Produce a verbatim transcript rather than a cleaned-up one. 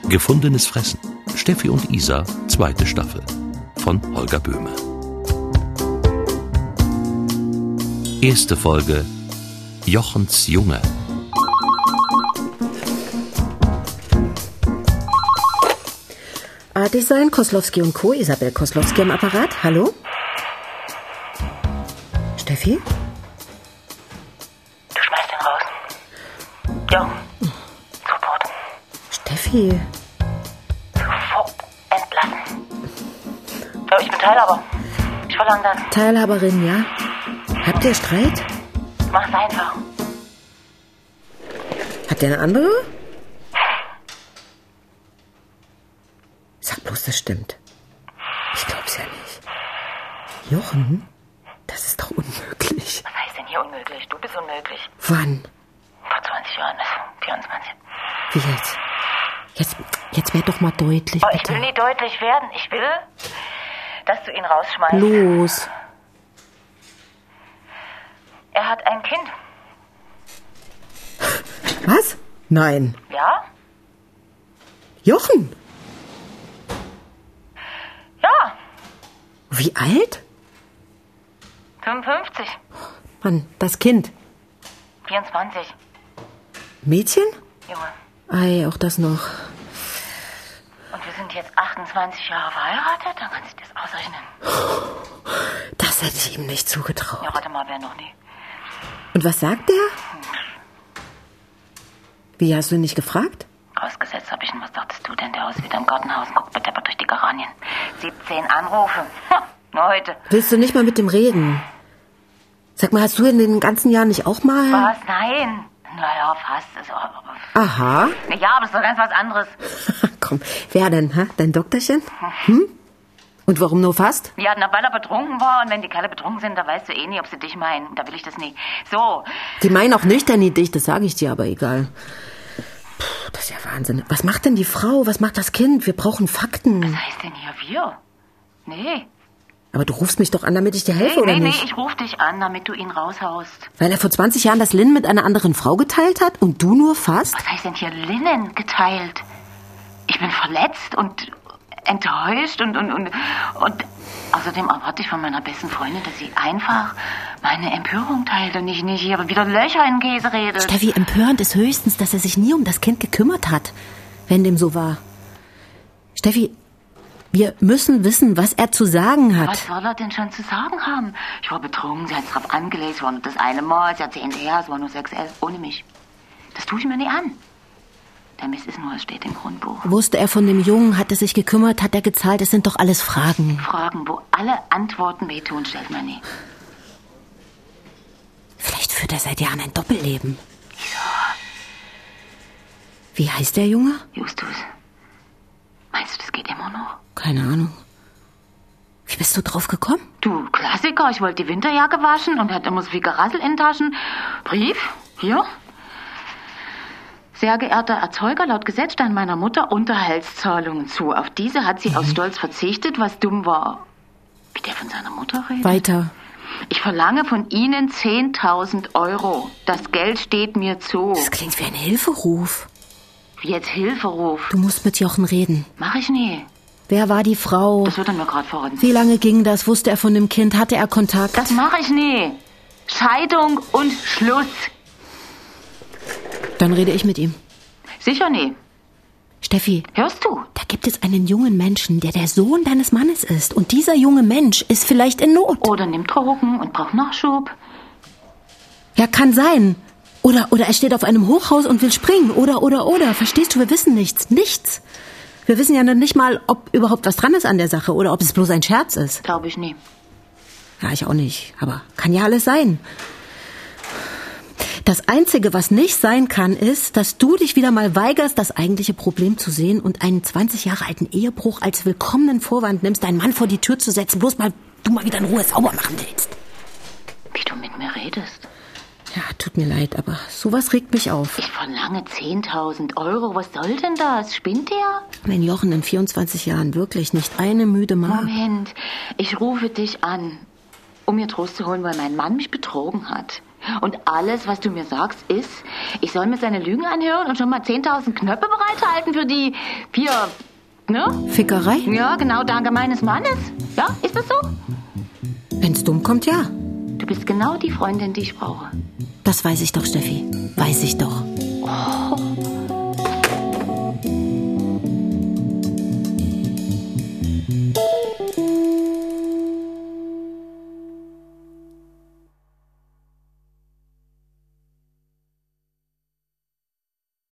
Gefundenes Fressen. Steffi und Isa, zweite Staffel. Von Holger Böhme. Erste Folge. Jochens Junge. A-Design, Koslowski und Co. Isabel Koslowski am Apparat. Hallo? Steffi? Du schmeißt ihn raus. Ja. Sofort. Steffi. Sofort entlassen. Ja, ich bin Teilhaber. Ich verlange das. Teilhaberin, ja? Habt ihr Streit? Mach's einfach. Habt ihr eine andere? Sag bloß, das stimmt. Ich glaub's ja nicht. Jochen? Das ist doch unmöglich. Was heißt denn hier unmöglich? Du bist unmöglich. Wann? Vor zwanzig Jahren, also vierundzwanzig. Wie jetzt? Jetzt, jetzt werd doch mal deutlich, Oh, bitte. ich will nie deutlich werden. Ich will, dass du ihn rausschmeißt. Los. Er hat ein Kind. Was? Nein. Ja? Jochen? Ja. Wie alt? fünfundfünfzig. Mann, das Kind. vierundzwanzig. Mädchen? Junge. Ei, auch das noch. Und wir sind jetzt achtundzwanzig Jahre verheiratet? Dann kannst du dir das ausrechnen. Das hätte ich ihm nicht zugetraut. Ja, warte mal, wer noch nie. Und was sagt er? Wie, hast du ihn nicht gefragt? Ausgesetzt habe ich ihn. Was dachtest du denn? Der Haus wieder im Gartenhaus. Guckt bedeppert durch die Geranien. siebzehn Anrufe. Ha, nur heute. Willst du nicht mal mit ihm reden? Sag mal, hast du in den ganzen Jahren nicht auch mal... Was? Nein. Naja, fast. Also, Aha. ja, aber das ist doch ganz was anderes. Komm, wer denn, ha? Dein Doktorchen? Hm? Und warum nur fast? Ja, na, weil er betrunken war. Und wenn die Kerle betrunken sind, da weißt du eh nie, ob sie dich meinen. Da will ich das nie. So. Die meinen auch nüchtern nie dich, das sage ich dir, aber egal. Puh, das ist ja Wahnsinn. Was macht denn die Frau? Was macht das Kind? Wir brauchen Fakten. Was heißt denn hier wir? Nee. Aber du rufst mich doch an, damit ich dir helfe, Nee, oder nee, nicht? nee, ich ruf dich an, damit du ihn raushaust. Weil er vor zwanzig Jahren das Linn mit einer anderen Frau geteilt hat und du nur fast? Was heißt denn hier Linnen geteilt? Ich bin verletzt und enttäuscht und, und, und, und außerdem erwarte ich von meiner besten Freundin, dass sie einfach meine Empörung teilt und nicht, nicht hier wieder Löcher in den Käse redet. Steffi, empörend ist höchstens, dass er sich nie um das Kind gekümmert hat, wenn dem so war. Steffi, wir müssen wissen, was er zu sagen hat. Was soll er denn schon zu sagen haben? Ich war betrunken, sie hat es drauf angelegt, es war nur das eine Mal, sie hat sie hinterher, es war nur sexuell, ohne mich. Das tue ich mir nicht an. Der Mist ist nur, es steht im Grundbuch. Wusste er von dem Jungen, hat er sich gekümmert, hat er gezahlt, das sind doch alles Fragen. Fragen, wo alle Antworten wehtun, stellt man nie. Vielleicht führt er seit Jahren ein Doppelleben. Ja. Wie heißt der Junge? Justus. Meinst du, das geht immer noch? Keine Ahnung. Wie bist du drauf gekommen? Du, Klassiker, ich wollte die Winterjacke waschen und hatte immer so viel Gerassel in Taschen. Brief, hier. Sehr geehrter Erzeuger, laut Gesetz stand meiner Mutter Unterhaltszahlungen zu. Auf diese hat sie mhm. aus Stolz verzichtet, was dumm war. Wie der von seiner Mutter redet? Weiter. Ich verlange von Ihnen zehntausend Euro. Das Geld steht mir zu. Das klingt wie ein Hilferuf. Wie jetzt Hilferuf? Du musst mit Jochen reden. Mach ich nie. Wer war die Frau? Das wird er mir gerade verraten. Wie lange ging das? Wusste er von dem Kind? Hatte er Kontakt? Das mache ich nie. Scheidung und Schluss. Dann rede ich mit ihm. Sicher nie. Steffi. Hörst du? Da gibt es einen jungen Menschen, der der Sohn deines Mannes ist. Und dieser junge Mensch ist vielleicht in Not. Oder nimmt Drogen und braucht Nachschub. Ja, kann sein. Oder, oder er steht auf einem Hochhaus und will springen. Oder, oder, oder. Verstehst du, wir wissen nichts. Nichts. Wir wissen ja noch nicht mal, ob überhaupt was dran ist an der Sache oder ob es bloß ein Scherz ist. Glaube ich nie. Ja, ich auch nicht. Aber kann ja alles sein. Das Einzige, was nicht sein kann, ist, dass du dich wieder mal weigerst, das eigentliche Problem zu sehen und einen zwanzig Jahre alten Ehebruch als willkommenen Vorwand nimmst, deinen Mann vor die Tür zu setzen, bloß mal du mal wieder in Ruhe sauber machen willst. Wie du mit mir redest. Ja, tut mir leid, aber sowas regt mich auf. Ich verlange zehntausend Euro. Was soll denn das? Spinnt ihr? Wenn Jochen in vierundzwanzig Jahren wirklich nicht eine müde Mal... Moment, ich rufe dich an, um mir Trost zu holen, weil mein Mann mich betrogen hat. Und alles, was du mir sagst, ist, ich soll mir seine Lügen anhören und schon mal zehntausend Knöpfe bereithalten für die vier, ne? Fickerei? Ja, genau, danke meines Mannes. Ja, ist das so? Wenn's dumm kommt, ja. Du bist genau die Freundin, die ich brauche. Das weiß ich doch, Steffi. Weiß ich doch. Oh,